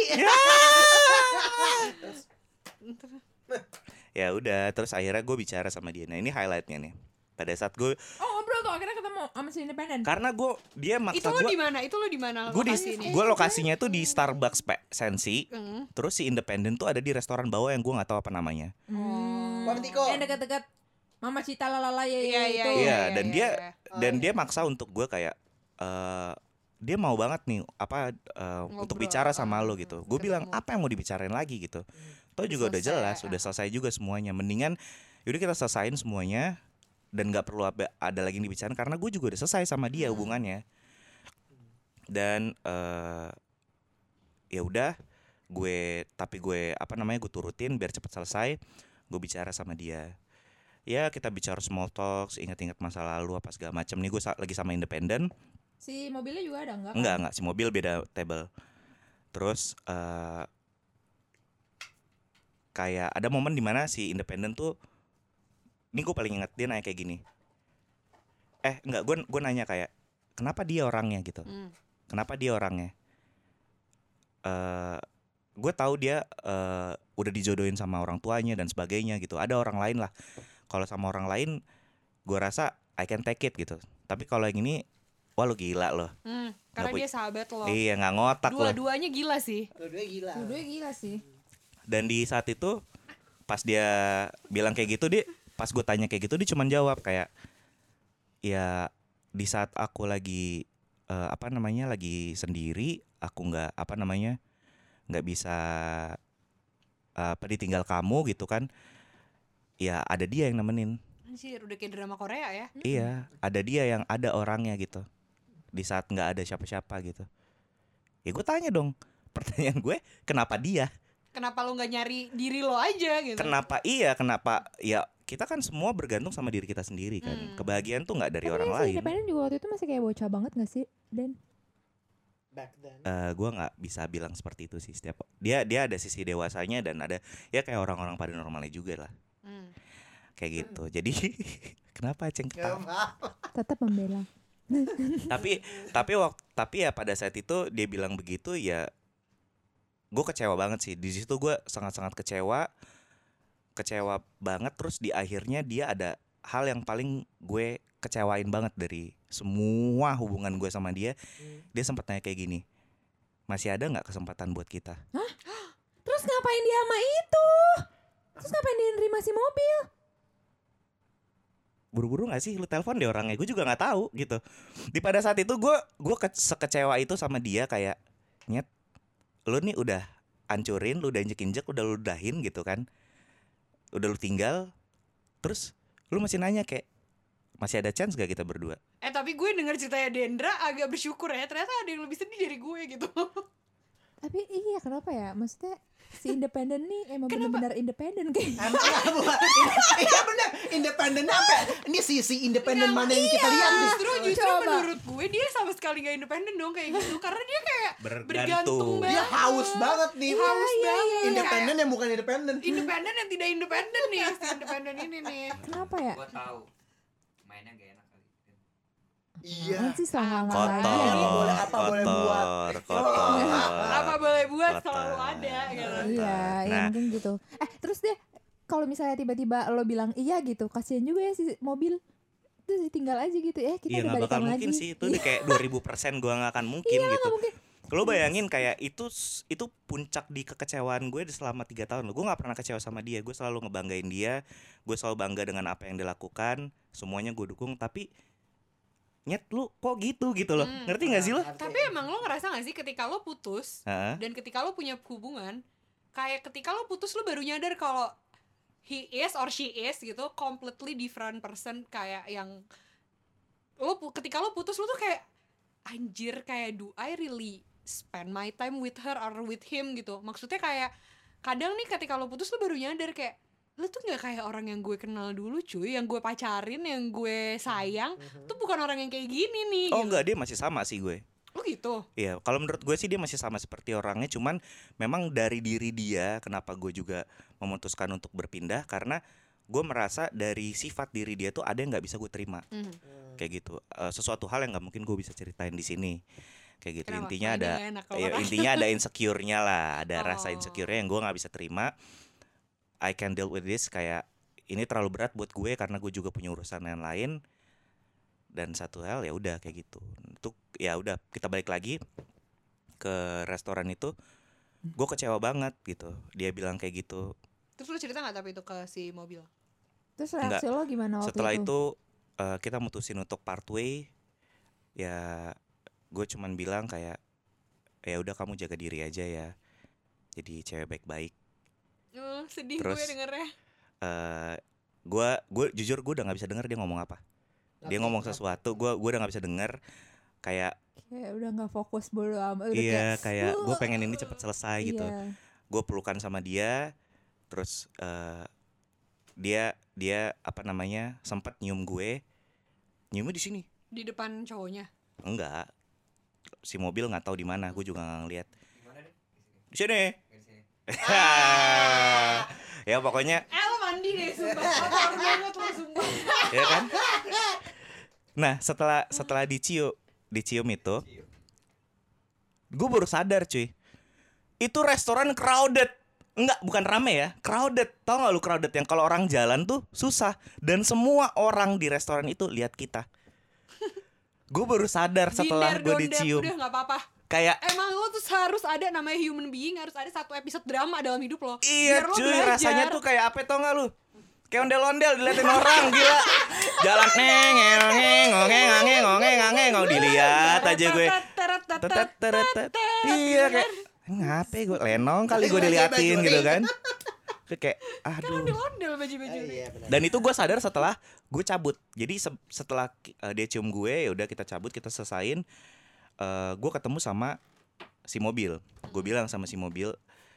Speaker 4: Ya udah, terus akhirnya gue bicara sama dia. Nah ini highlightnya nih. Pada saat gue,
Speaker 2: Oh ngobrol tuh akhirnya ketemu sama si independen.
Speaker 4: karena gue dia
Speaker 3: Itu
Speaker 4: maksa
Speaker 3: lo
Speaker 4: gue,
Speaker 3: di mana? Itu lo di mana?
Speaker 4: gue di
Speaker 3: lokasi ini?
Speaker 4: gue lokasinya tuh di Starbucks Pe- Sensi.
Speaker 3: Hmm.
Speaker 4: Terus si independen tuh ada di restoran bawah yang gue nggak tahu apa namanya.
Speaker 2: Hmm.
Speaker 1: Bang Tiko.
Speaker 2: Yang dekat-dekat Mama Cita lalala ya
Speaker 3: Iya, iya,
Speaker 2: itu.
Speaker 3: iya.
Speaker 4: Iya, dan dia
Speaker 1: Oh,
Speaker 4: dan
Speaker 1: iya.
Speaker 4: dia maksa untuk gue kayak eh dia mau banget nih apa eh, untuk
Speaker 3: Ngobrol,
Speaker 4: bicara sama
Speaker 3: ah,
Speaker 4: lo gitu. Gue bilang
Speaker 3: ketemu.
Speaker 4: apa yang mau dibicarain lagi gitu. Toh
Speaker 3: Udah
Speaker 4: juga udah
Speaker 3: selesai,
Speaker 4: jelas,
Speaker 3: ah.
Speaker 4: udah selesai juga semuanya. Mendingan yaudah kita selesain semuanya dan nggak perlu ada, ada lagi yang dibicarain karena gue juga udah selesai sama dia
Speaker 3: Hmm.
Speaker 4: hubungannya. Dan eh ya udah gue tapi gue apa namanya gue turutin biar cepet selesai. Gue bicara sama dia. Ya kita bicara small talks, ingat-ingat masa lalu apa segala macam. Nih gue sa- lagi sama independen.
Speaker 2: Si mobilnya juga ada enggak? kan?
Speaker 4: Enggak, enggak, si mobil beda table. Terus eh kayak ada momen dimana si independen tuh, ini gue paling ingat dia nanya kayak gini. Eh enggak, gue gue nanya kayak kenapa dia orangnya gitu?
Speaker 3: Hmm.
Speaker 4: Kenapa dia orangnya? Eh gue tahu dia uh, udah dijodohin sama orang tuanya dan sebagainya gitu. Ada orang lain lah. Kalau sama orang lain, gue rasa I can take it gitu. Tapi kalau yang ini, wah lu gila loh.
Speaker 3: Hmm, karena
Speaker 4: Nggak
Speaker 3: dia sahabat lo.
Speaker 4: Iya nggak ngotak loh.
Speaker 3: Dua-duanya gila sih.
Speaker 1: Dua-duanya gila.
Speaker 2: Dua-duanya gila sih.
Speaker 4: Dan di saat itu pas dia bilang kayak gitu, dia pas gue tanya kayak gitu dia cuma jawab kayak, ya di saat aku lagi uh, apa namanya lagi sendiri, aku nggak apa namanya nggak bisa uh, apa ditinggal kamu gitu kan, ya ada dia yang nemenin.
Speaker 3: Anjir, udah kayak drama Korea ya.
Speaker 4: Iya, ada dia yang ada orangnya gitu. Di saat nggak ada siapa-siapa gitu. Ya gue tanya dong, pertanyaan gue, kenapa dia?
Speaker 3: Kenapa lo nggak nyari diri lo aja gitu?
Speaker 4: Kenapa iya? Kenapa? Ya kita kan semua bergantung sama diri kita sendiri kan.
Speaker 3: Hmm.
Speaker 4: Kebahagiaan tuh nggak dari
Speaker 2: Tapi
Speaker 4: orang
Speaker 2: dia si
Speaker 4: lain.
Speaker 2: independen juga waktu itu masih kayak bocah banget gak sih? Dan
Speaker 1: Back then.
Speaker 4: Uh, gue nggak bisa bilang seperti itu sih. Setiap dia dia ada sisi dewasanya dan ada ya kayak orang-orang pada normalnya juga lah.
Speaker 3: Hmm.
Speaker 4: Kayak gitu. Jadi kenapa Ceng
Speaker 1: Gak
Speaker 4: ketawa?
Speaker 1: apa-apa.
Speaker 2: tetap membela.
Speaker 4: tapi tapi waktu tapi ya pada saat itu dia bilang begitu ya. Gue kecewa banget sih. Di situ gue sangat-sangat kecewa, kecewa banget. Terus di akhirnya dia ada hal yang paling gue kecewain banget dari semua hubungan gue sama dia. Dia sempat tanya kayak gini, masih ada nggak kesempatan buat kita?
Speaker 2: Terus ngapain dia sama itu? Terus ngapain dia nerima si mobil?
Speaker 4: Buru-buru nggak sih lu telepon deh orangnya? Gue juga nggak tahu gitu. Di pada saat itu gue gue ke- sekecewa itu sama dia kayak nyet. Lu nih udah hancurin, lu udah injek-injek, udah lu udahin gitu kan. Udah lu tinggal. Terus lu masih nanya kayak, masih ada chance gak kita berdua?
Speaker 3: Eh tapi gue denger ceritanya Dendra agak bersyukur ya. Ternyata ada yang lebih sedih dari gue gitu.
Speaker 2: Tapi iya kenapa ya? Maksudnya si independen nih emang benar-benar independen kayaknya.
Speaker 1: Emang lah buat iya benar independen apa? Ini sisi independen mana yang kita lihat nih?
Speaker 3: Justru justru
Speaker 2: Coba.
Speaker 3: menurut gue dia sama sekali gak independen dong kayak gitu. Karena dia kayak
Speaker 4: Bergantung.
Speaker 3: bergantung banget.
Speaker 1: Dia haus banget nih.
Speaker 3: Haus banget.
Speaker 1: Independen yang bukan independen.
Speaker 3: Independen yang tidak independen nih. Si independen ini nih.
Speaker 2: Kenapa ya?
Speaker 5: Gua tahu. Mainnya gak enak kali.
Speaker 1: Iya.
Speaker 2: Apaan sih selangkangan
Speaker 4: Kotor,
Speaker 2: lagi?
Speaker 1: Ini boleh apa, boleh buat.
Speaker 4: kotor, kotor.
Speaker 3: Apa boleh buat
Speaker 4: Kotor.
Speaker 3: selalu ada gitu.
Speaker 2: Iya, ya
Speaker 4: Nah.
Speaker 2: mungkin gitu. Eh, terus deh kalau misalnya tiba-tiba lo bilang iya gitu, kasihan juga ya si mobil. Terus ditinggal aja gitu ya, kita
Speaker 4: Iya
Speaker 2: udah
Speaker 4: nggak
Speaker 2: balikan
Speaker 4: bakal
Speaker 2: lagi.
Speaker 4: mungkin sih. Itu udah kayak dua ribu persen gue nggak akan mungkin
Speaker 2: Iya,
Speaker 4: gitu.
Speaker 2: nggak mungkin.
Speaker 4: Lo bayangin kayak itu itu puncak di kekecewaan gue selama tiga tahun lo. Gue nggak pernah kecewa sama dia. Gue selalu ngebanggain dia. Gue selalu bangga dengan apa yang dia lakukan. Semuanya gue dukung. Tapi nyet lu kok gitu gitu loh.
Speaker 3: Hmm.
Speaker 4: Ngerti nggak sih lo?
Speaker 3: Tapi emang lo ngerasa gak sih ketika lo putus
Speaker 4: Heeh.
Speaker 3: dan ketika lo punya hubungan, kayak ketika lo putus lo baru nyadar kalau he is or she is gitu completely different person, kayak yang lo pu- ketika lo putus lo tuh kayak anjir, kayak do I really spend my time with her or with him gitu. Maksudnya kayak kadang nih ketika lo putus lo baru nyadar kayak lo tuh nggak kayak orang yang gue kenal dulu cuy, yang gue pacarin, yang gue sayang tuh bukan orang yang kayak gini nih.
Speaker 4: Oh
Speaker 3: gitu.
Speaker 4: enggak, dia masih sama sih gue.
Speaker 3: Oh gitu.
Speaker 4: Iya, kalau menurut gue sih dia masih sama seperti orangnya, cuman memang dari diri dia kenapa gue juga memutuskan untuk berpindah karena gue merasa dari sifat diri dia tuh ada yang nggak bisa gue terima,
Speaker 3: Mhm.
Speaker 4: kayak gitu. Eh, sesuatu hal yang nggak mungkin gue bisa ceritain di sini, kayak gitu.
Speaker 3: Kenapa?
Speaker 4: Intinya
Speaker 3: Mainnya
Speaker 4: ada,
Speaker 3: nggak enak kalau
Speaker 4: ya,
Speaker 3: orang.
Speaker 4: intinya ada insecure-nya lah, ada rasa
Speaker 3: Oh.
Speaker 4: insecure-nya yang gue nggak bisa terima. I can deal with this, kayak ini terlalu berat buat gue karena gue juga punya urusan yang lain. Dan satu hal ya udah kayak gitu. Itu ya udah kita balik lagi ke restoran itu. Gue kecewa banget gitu. Dia bilang kayak gitu.
Speaker 3: Terus lu cerita gak tapi itu ke si mobil?
Speaker 2: Terus
Speaker 4: Enggak.
Speaker 2: reaksi lo gimana waktu
Speaker 4: Setelah
Speaker 2: itu?
Speaker 4: itu eh, kita mutusin untuk part way. Ya gue cuman bilang kayak ya udah kamu jaga diri aja ya. Jadi cewek baik-baik.
Speaker 3: Oh, sedih
Speaker 4: Terus,
Speaker 3: gue dengernya.
Speaker 4: Eh gue gue jujur gue udah nggak bisa denger dia ngomong apa. Dia ngomong sesuatu, gue gue udah nggak bisa denger. Kayak
Speaker 2: Kayak udah nggak fokus bodo amat. Udah
Speaker 4: iya kayak gue
Speaker 2: "Uh,
Speaker 4: pengen ini cepet selesai gitu.
Speaker 2: iya.
Speaker 4: Gue pelukan sama dia, terus eh, dia dia apa namanya sempat nyium gue, nyiumnya di sini.
Speaker 3: Di depan cowoknya.
Speaker 4: Enggak, si mobil nggak tahu di mana, gue juga nggak ngeliat.
Speaker 5: Gimana deh?
Speaker 4: Di sini.
Speaker 5: Di sini.
Speaker 4: Ya pokoknya
Speaker 3: Eh lo mandi deh sumpah. Kotor banget lo sumpah.
Speaker 4: ya kan. Nah setelah setelah dicium dicium itu, gue baru sadar cuy. Itu restoran crowded. Enggak, bukan rame ya, crowded. Tau gak lu crowded yang kalau orang jalan tuh susah. Dan semua orang di restoran itu lihat kita. Gue baru sadar setelah
Speaker 3: Binder,
Speaker 4: gue
Speaker 3: donder,
Speaker 4: dicium.
Speaker 3: udah gak apa-apa.
Speaker 4: Kayak
Speaker 3: Emang lo tuh harus ada namanya human being, harus ada satu episode drama dalam hidup lo.
Speaker 4: iya
Speaker 3: Biar lo
Speaker 4: cuy,
Speaker 3: belajar.
Speaker 4: rasanya tuh kayak apa tau gak lu? Kayak ondel-ondel diliatin orang, gila. Jalan neng neng neng ngongeng ngongeng ngongeng ngongeng ngong dilihat aja gue. Tetet tetet. Iya kayak ngapain gue lenong kali gue diliatin gitu kan. Kayak aduh.
Speaker 3: Ondel-ondel baju-baju.
Speaker 1: Iya, benar.
Speaker 4: Dan itu gue sadar setelah gue cabut. Jadi se- setelah uh, dia cium gue, ya udah kita cabut, kita selesain. Uh, gue ketemu sama si mobil. Gue bilang sama si mobil,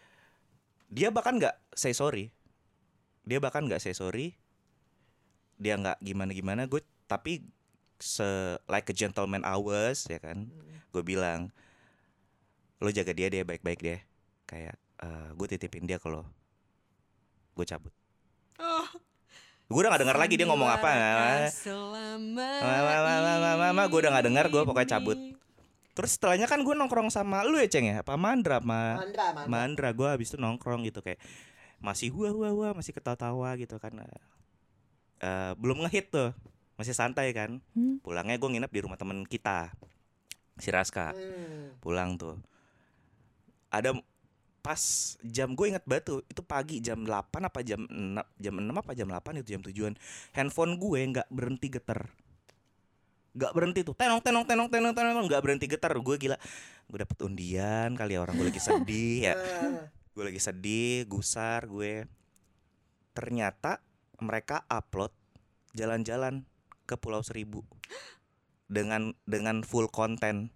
Speaker 4: dia bahkan nggak say sorry. Dia bahkan nggak say sorry. Dia nggak gimana-gimana. Gue tapi se like a gentleman I was, ya kan. Gue bilang, lo jaga dia, dia baik-baik deh. Kayak uh, gue titipin dia kalau gue cabut.
Speaker 3: Oh.
Speaker 4: Gue udah gak denger lagi dia ngomong apa.
Speaker 3: Selama
Speaker 4: Mama, gue udah gak denger, gue pokoknya
Speaker 3: ini.
Speaker 4: cabut. Terus setelahnya kan gue nongkrong sama lu ya Ceng ya, apa Mandra sama
Speaker 1: Mandra, Mandra.
Speaker 4: Mandra. Gue habis itu nongkrong gitu kayak masih hua hua hua masih ketawa-tawa gitu kan. Uh, belum ngehit tuh, masih santai kan.
Speaker 2: Hmm.
Speaker 4: Pulangnya gue nginep di rumah temen kita, si Raska.
Speaker 1: Hmm.
Speaker 4: Pulang tuh. Ada pas jam gue inget banget tuh, itu pagi jam delapan apa jam enam, jam enam apa jam delapan itu jam tujuan. Handphone gue nggak berhenti getar. Nggak berhenti tuh. Tenong tenong tenong tenong tenong nggak berhenti getar. Gue gila. Gue dapet undian kali ya, orang gue lagi sedih ya. Gue lagi sedih, gusar gue. Ternyata mereka upload jalan-jalan ke Pulau Seribu dengan dengan full konten.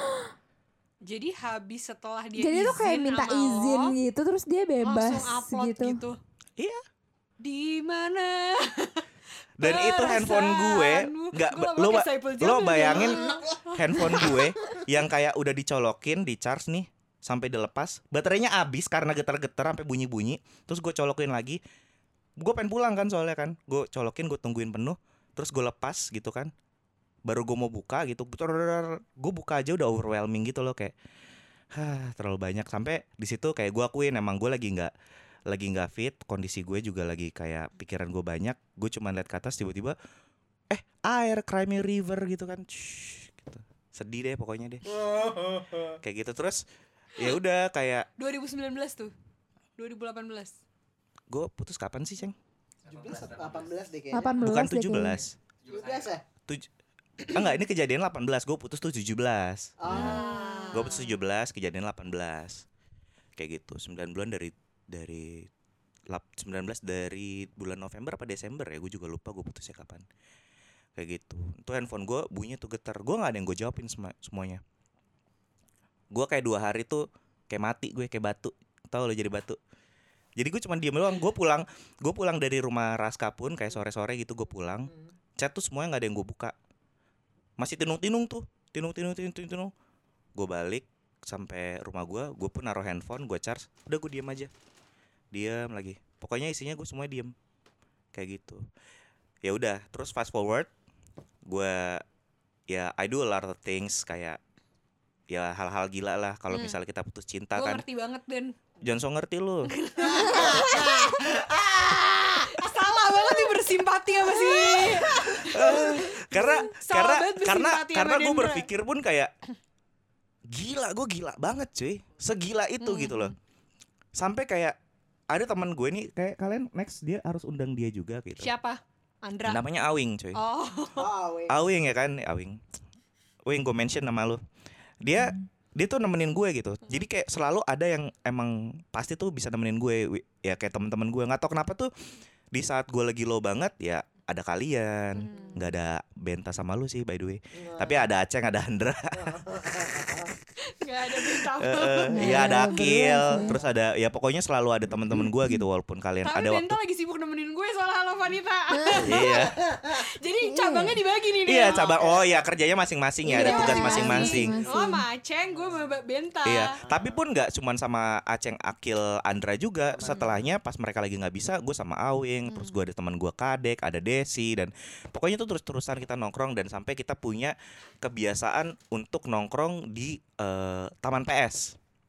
Speaker 3: Jadi habis setelah dia
Speaker 2: Jadi
Speaker 3: izin
Speaker 2: tuh kayak minta
Speaker 3: sama
Speaker 2: izin
Speaker 3: lo,
Speaker 2: gitu, terus dia bebas
Speaker 3: langsung upload
Speaker 2: gitu.
Speaker 3: gitu.
Speaker 4: Iya.
Speaker 3: Di mana?
Speaker 4: Dan itu handphone gue
Speaker 3: Perasaanmu.
Speaker 4: nggak
Speaker 3: Gua
Speaker 4: lo
Speaker 3: pakai
Speaker 4: ba-
Speaker 3: Saipul
Speaker 4: lo
Speaker 3: Jamil.
Speaker 4: bayangin handphone gue yang kayak udah dicolokin di charge nih sampai dilepas, baterainya habis karena getar-getar sampai bunyi-bunyi. Terus gue colokin lagi, gue pengen pulang kan soalnya kan, gue colokin, gue tungguin penuh, terus gue lepas gitu kan, baru gue mau buka gitu, gue buka aja udah overwhelming gitu loh, kayak hah terlalu banyak. Sampai di situ kayak gue akuin emang gue lagi nggak lagi nggak fit, kondisi gue juga lagi kayak pikiran gue banyak. Gue cuma lihat ke atas tiba-tiba eh air Crimea River gitu kan. Shhh, gitu. Sedih deh pokoknya deh. Kayak gitu terus ya udah kayak
Speaker 3: dua ribu sembilan belas tuh. dua ribu delapan belas.
Speaker 4: gue putus kapan sih, Ceng?
Speaker 1: tujuh belas atau delapan belas deh kayaknya.
Speaker 2: delapan belas
Speaker 4: Bukan
Speaker 2: deh
Speaker 4: tujuh belas.
Speaker 1: tujuh belas ya?
Speaker 4: Tuj- ah, enggak, ini kejadian delapan belas. Gue putus tuh tujuh belas.
Speaker 1: Ah.
Speaker 4: Gue putus tujuh belas, kejadian delapan belas. Kayak gitu. sembilan bulan dari dari lap- sembilan belas dari bulan November apa Desember ya, gue juga lupa gue putusnya kapan. Kayak gitu. Itu handphone gue bunyinya tuh getar. Gue nggak ada yang gue jawabin sema- semuanya. Gue kayak dua hari tuh kayak mati, gue kayak batu. Tahu lo jadi batu. Jadi gue cuma diem doang. Gue pulang, gue pulang dari rumah Raska pun kayak sore-sore gitu gue pulang. Chat tuh semuanya nggak ada yang gue buka. Masih tinung-tinung tuh, tinung-tinung tinung-tinung. Gue balik sampai rumah gue, gue pun naruh handphone, gue charge. Udah gue diem aja, diem lagi. Pokoknya isinya gue semua diem, kayak gitu. Ya udah, terus fast forward, gue ya I do a lot of things kayak ya hal-hal gila lah. Kalau
Speaker 3: Hmm.
Speaker 4: misalnya kita putus cinta
Speaker 3: Gue
Speaker 4: kan,
Speaker 3: ngerti banget Dan.
Speaker 4: jangan so ngerti lu.
Speaker 3: Salah banget nih bersimpati sama si.
Speaker 4: karena
Speaker 3: Salah
Speaker 4: karena
Speaker 3: banget
Speaker 4: karena
Speaker 3: bersimpati sama
Speaker 4: karena gue
Speaker 3: Dendra.
Speaker 4: berpikir pun kayak gila, gue gila banget cuy, segila itu
Speaker 3: Hmm.
Speaker 4: gitu loh. Sampai kayak ada teman gue nih, kayak kalian next dia harus undang dia juga gitu.
Speaker 3: Siapa? Andra.
Speaker 4: Namanya Awing cuy.
Speaker 3: Oh.
Speaker 1: Oh, wait.
Speaker 4: Awing ya kan, Awing. Awing gue mention nama lu. Dia dia tuh nemenin gue gitu. Jadi kayak selalu ada yang emang pasti tuh bisa nemenin gue. Wi- Ya kayak teman-teman gue. Nggak tahu kenapa tuh di saat gue lagi low banget ya ada kalian.
Speaker 3: Hmm.
Speaker 4: Nggak ada Benta sama lu sih by the way. Tapi ada Aceng, ada Andra.
Speaker 3: Gak ada berita.
Speaker 4: Eh, eh,
Speaker 2: Nggak
Speaker 4: Iya ada
Speaker 2: ada
Speaker 4: Akil.
Speaker 2: berdua sih.
Speaker 4: Terus ada ya pokoknya selalu ada teman-teman gue gitu walaupun kalian
Speaker 3: Tapi
Speaker 4: ada waktu.
Speaker 3: Benta lagi sibuk nemenin gue soal Halo Vanita.
Speaker 4: Iya.
Speaker 3: Jadi cabangnya dibagi nih
Speaker 4: Iya
Speaker 3: Den.
Speaker 4: cabang. Oh iya kerjanya masing-masing ya, ada
Speaker 3: Iya,
Speaker 4: tugas
Speaker 3: masing-masing.
Speaker 4: masing-masing.
Speaker 3: Oh sama Aceng, gue sama Mbak Benta.
Speaker 4: Iya, tapi pun nggak cuman sama Aceng, Akil, Andra juga. Setelahnya pas mereka lagi nggak bisa, gue sama Awing, terus gue ada teman gue Kadek, ada Desi, dan pokoknya itu terus-terusan kita nongkrong dan sampai kita punya kebiasaan untuk nongkrong di eh, Taman P S.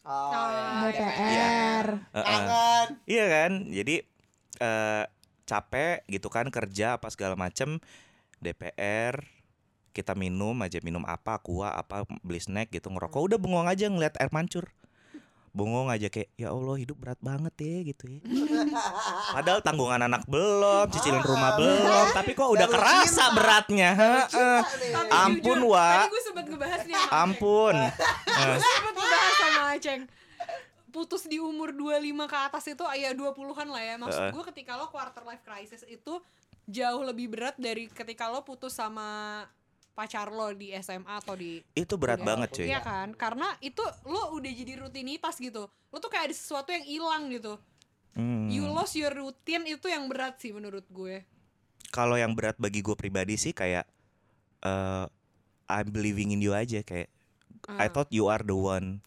Speaker 1: Oh,
Speaker 3: Ah,
Speaker 2: D P
Speaker 3: Iya.
Speaker 2: R.
Speaker 4: Heeh.
Speaker 1: kangen.
Speaker 4: Iya kan, jadi eh, capek gitu kan kerja apa segala macem, D P R, kita minum aja, minum apa, aqua apa, beli snack gitu, ngerokok, udah bengong aja ngeliat air mancur, bengong aja kayak ya Allah hidup berat banget ya gitu ya. Padahal tanggungan anak belum, cicilan rumah belum, tapi kok udah
Speaker 1: Baru
Speaker 4: kerasa
Speaker 1: cinta.
Speaker 4: beratnya. Heeh.
Speaker 3: Tapi
Speaker 4: Ampun,
Speaker 3: jujur,
Speaker 4: Wak.
Speaker 3: Tadi gue sempet ngebahas nih sama Aceng.
Speaker 4: Ampun. Eh,
Speaker 3: Gue sempet ngebahas sama Aceng. Putus di umur dua puluh lima ke atas itu ya dua puluhan lah ya. Maksud
Speaker 4: Heeh.
Speaker 3: gue ketika lo quarter life crisis itu jauh lebih berat dari ketika lo putus sama pacar lo di S M A atau di
Speaker 4: Itu berat
Speaker 3: kuliah.
Speaker 4: banget cuy.
Speaker 3: Iya kan? Karena itu lo udah jadi rutinitas gitu. Lo tuh kayak ada sesuatu yang hilang gitu.
Speaker 4: Hmm.
Speaker 3: You lost your routine, itu yang berat sih menurut gue.
Speaker 4: Kalau yang berat bagi gue pribadi sih kayak eh I'm believing in you aja, kayak I
Speaker 3: Ah.
Speaker 4: thought you are the one.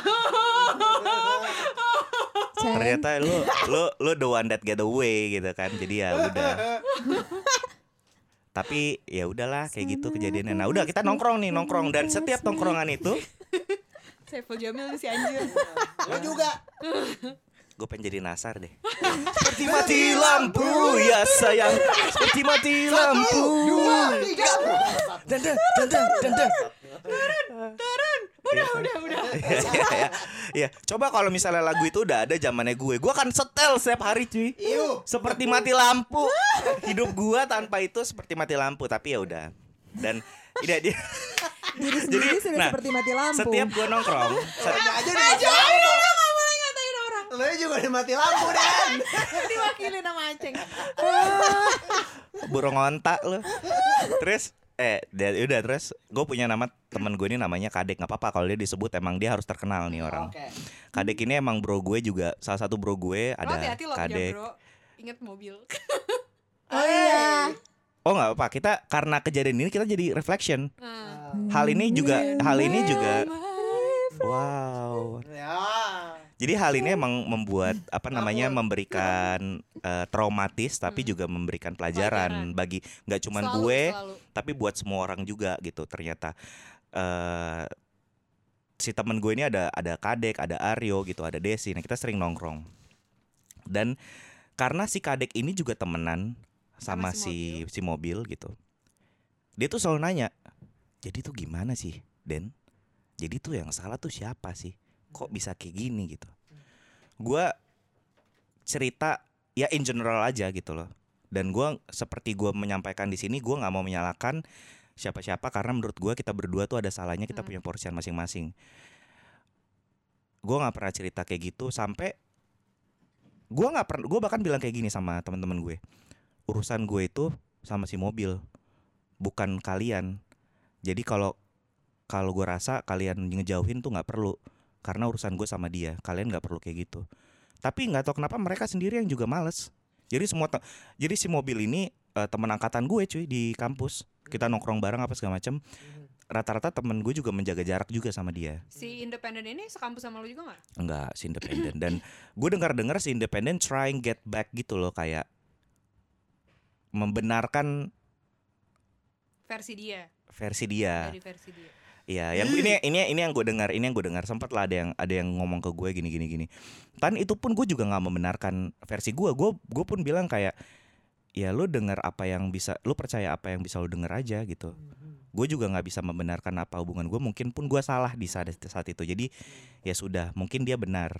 Speaker 2: Ceng.
Speaker 4: Ternyata lu lu lu the one that get away gitu kan. Jadi ya udah. Tapi ya udahlah kayak gitu kejadiannya. Nah, udah kita nongkrong nih, nongkrong dan setiap nongkrongan itu
Speaker 3: Saiful Jamil nih si anjir.
Speaker 1: Lo juga.
Speaker 4: gue pengen jadi Nasar deh. Seperti mati lampu ya sayang, seperti mati lampu.
Speaker 1: Dua, tiga.
Speaker 4: Dan dan dan dan dan dan.
Speaker 3: Turun. Udah, udah, udah.
Speaker 4: Iya, iya, iya. Coba kalau misalnya lagu itu udah ada zamannya gue, gue akan setel setiap hari cuy.
Speaker 1: Iu.
Speaker 4: Seperti mati lampu. Hidup gue tanpa itu seperti mati lampu. Tapi ya udah. Dan tidak dia.
Speaker 2: Diri sendiri sudah
Speaker 4: nah,
Speaker 2: seperti mati lampu.
Speaker 4: Setiap gue nongkrong, set-
Speaker 1: Lo aja udah mati lampu.
Speaker 3: Gak boleh ngatain orang.
Speaker 1: Lo juga udah mati lampu Dan.
Speaker 3: Diwakili nama Aceng.
Speaker 4: burung ontak lu. Terus eh dia udah terus gue punya nama temen gue ini namanya Kadek, nggak apa-apa kalau dia disebut, emang dia harus terkenal nih orang.
Speaker 1: Oke.
Speaker 4: Kadek ini emang bro gue juga, salah satu bro gue
Speaker 3: Lo
Speaker 4: ada
Speaker 3: hati-hati lo punya
Speaker 4: Kadek.
Speaker 3: bro. Ingat mobil.
Speaker 2: Oh iya.
Speaker 4: Oh nggak apa, kita karena kejadian ini kita jadi reflection.
Speaker 3: Nah.
Speaker 4: Hal ini juga hal ini juga
Speaker 3: My
Speaker 4: wow.
Speaker 1: Ya.
Speaker 4: Jadi hal ini emang membuat apa namanya memberikan eh, traumatis tapi juga memberikan pelajaran,
Speaker 3: Pelajaran.
Speaker 4: bagi nggak cuman
Speaker 3: Selalu,
Speaker 4: gue
Speaker 3: selalu.
Speaker 4: tapi buat semua orang juga gitu. Ternyata eh si temen gue ini ada ada Kadek, ada Aryo gitu, ada Desi. Nah kita sering nongkrong. Dan karena si Kadek ini juga temenan sama,
Speaker 3: Sama si
Speaker 4: si si mobil gitu. Dia tuh selalu nanya, "Jadi tuh gimana sih, Den? Jadi tuh yang salah tuh siapa sih? Kok bisa kayak gini gitu?" Gua cerita ya in general aja gitu loh. Dan gua seperti gua menyampaikan di sini, gua nggak mau menyalahkan siapa-siapa karena menurut gua kita berdua tuh ada salahnya, kita punya porsian masing-masing. Gua nggak pernah cerita kayak gitu sampai gua nggak pernah. Gua bahkan bilang kayak gini sama teman-teman gue. Urusan gue itu sama si mobil, bukan kalian. Jadi kalau kalau gue rasa kalian ngejauhin tuh nggak perlu, karena urusan gue sama dia. Kalian nggak perlu kayak gitu. Tapi nggak tahu kenapa mereka sendiri yang juga males. Jadi semua te- jadi si mobil ini eh, teman angkatan gue cuy di kampus. Kita nongkrong bareng apa segala macam. Rata-rata temen gue juga menjaga jarak juga sama dia.
Speaker 3: Si independen ini sekampus sama lo juga gak?
Speaker 4: Enggak, si independen. Dan gue dengar-dengar si independen trying get back gitu loh, kayak membenarkan
Speaker 3: Versi dia.
Speaker 4: versi dia.
Speaker 3: Dari versi dia.
Speaker 4: Iya, yang ini ini ini yang gue dengar, ini yang gue dengar sempat lah ada yang ada yang ngomong ke gue gini gini gini. Tan itu pun gue juga nggak membenarkan versi gue. Gue gue pun bilang kayak ya lu dengar apa yang bisa, lu percaya apa yang bisa lu dengar aja gitu. Gue juga nggak bisa membenarkan apa hubungan gue. Mungkin pun gue salah di saat saat itu. Jadi ya sudah, mungkin dia benar.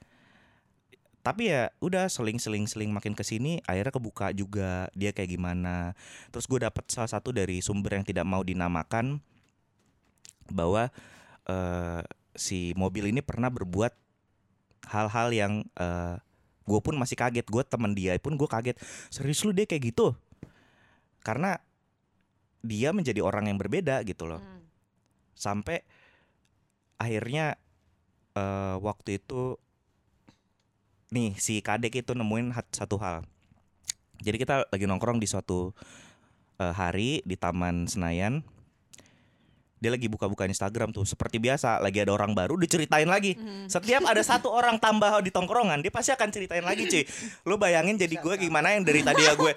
Speaker 4: Tapi ya udah seling-seling-seling makin kesini, akhirnya kebuka juga dia kayak gimana. Terus gue dapet salah satu dari sumber yang tidak mau dinamakan bahwa uh, si mobil ini pernah berbuat hal-hal yang uh, gue pun masih kaget. Gue teman dia pun gue kaget. Serius lu dia kayak gitu? Karena dia menjadi orang yang berbeda gitu loh.
Speaker 3: Hmm.
Speaker 4: Sampai akhirnya uh, waktu itu nih si Kadek itu nemuin hat- satu hal. Jadi kita lagi nongkrong di suatu uh, hari di Taman Senayan. Dia lagi buka-buka Instagram tuh, seperti biasa lagi ada orang baru diceritain lagi. Setiap ada satu orang tambah di tongkrongan, dia pasti akan ceritain lagi cuy. Lu bayangin jadi gue gimana yang dari tadi ya gue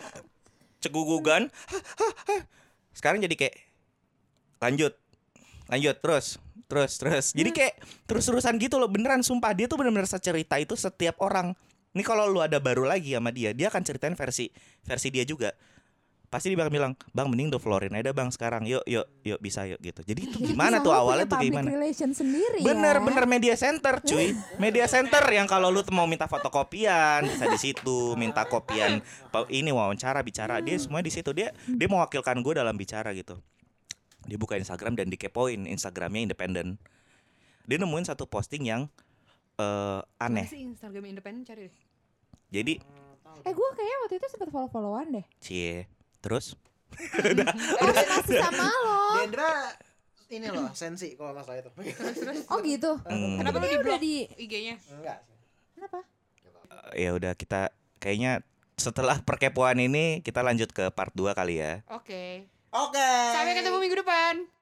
Speaker 4: cegugugan, sekarang jadi kayak lanjut, lanjut terus, Terus terus. Jadi kayak terus-terusan gitu loh. Beneran sumpah dia tuh bener-bener secerita itu setiap orang. Nih kalau lu ada baru lagi sama dia, dia akan ceritain versi versi dia juga. Pasti dia bakal bilang, "Bang, mending do Florin aja Bang sekarang. Yuk, yuk, yuk bisa yuk." gitu. Jadi itu gimana tuh awalnya tuh
Speaker 2: Public
Speaker 4: gimana?
Speaker 2: relation sendiri
Speaker 4: Bener
Speaker 2: ya.
Speaker 4: bener media center cuy. Media center yang kalau lu mau minta fotokopian bisa di situ, minta kopian pa- ini wawancara bicara dia semua di situ. Dia dia mewakilkan gue dalam bicara gitu. Dia buka Instagram dan dikepoin Instagramnya independen. Dia nemuin satu posting yang eh, aneh.
Speaker 3: Mana sih Instagram independen cari deh.
Speaker 4: Jadi
Speaker 2: Eh gue kayaknya waktu itu sempet follow-followan deh.
Speaker 4: cie terus
Speaker 2: Oh masih sama lo.
Speaker 1: Dendra ini loh sensi kalau masalah itu.
Speaker 2: Oh gitu.
Speaker 4: hmm,
Speaker 3: Kenapa lu
Speaker 2: Dia
Speaker 3: di
Speaker 2: udah
Speaker 3: blok
Speaker 2: di
Speaker 3: I G-nya?
Speaker 1: Enggak sih.
Speaker 2: Kenapa?
Speaker 4: ya udah kita kayaknya setelah perkepoan ini kita lanjut ke part dua kali ya.
Speaker 3: Oke.
Speaker 1: Oke.
Speaker 3: Sampai ketemu minggu depan.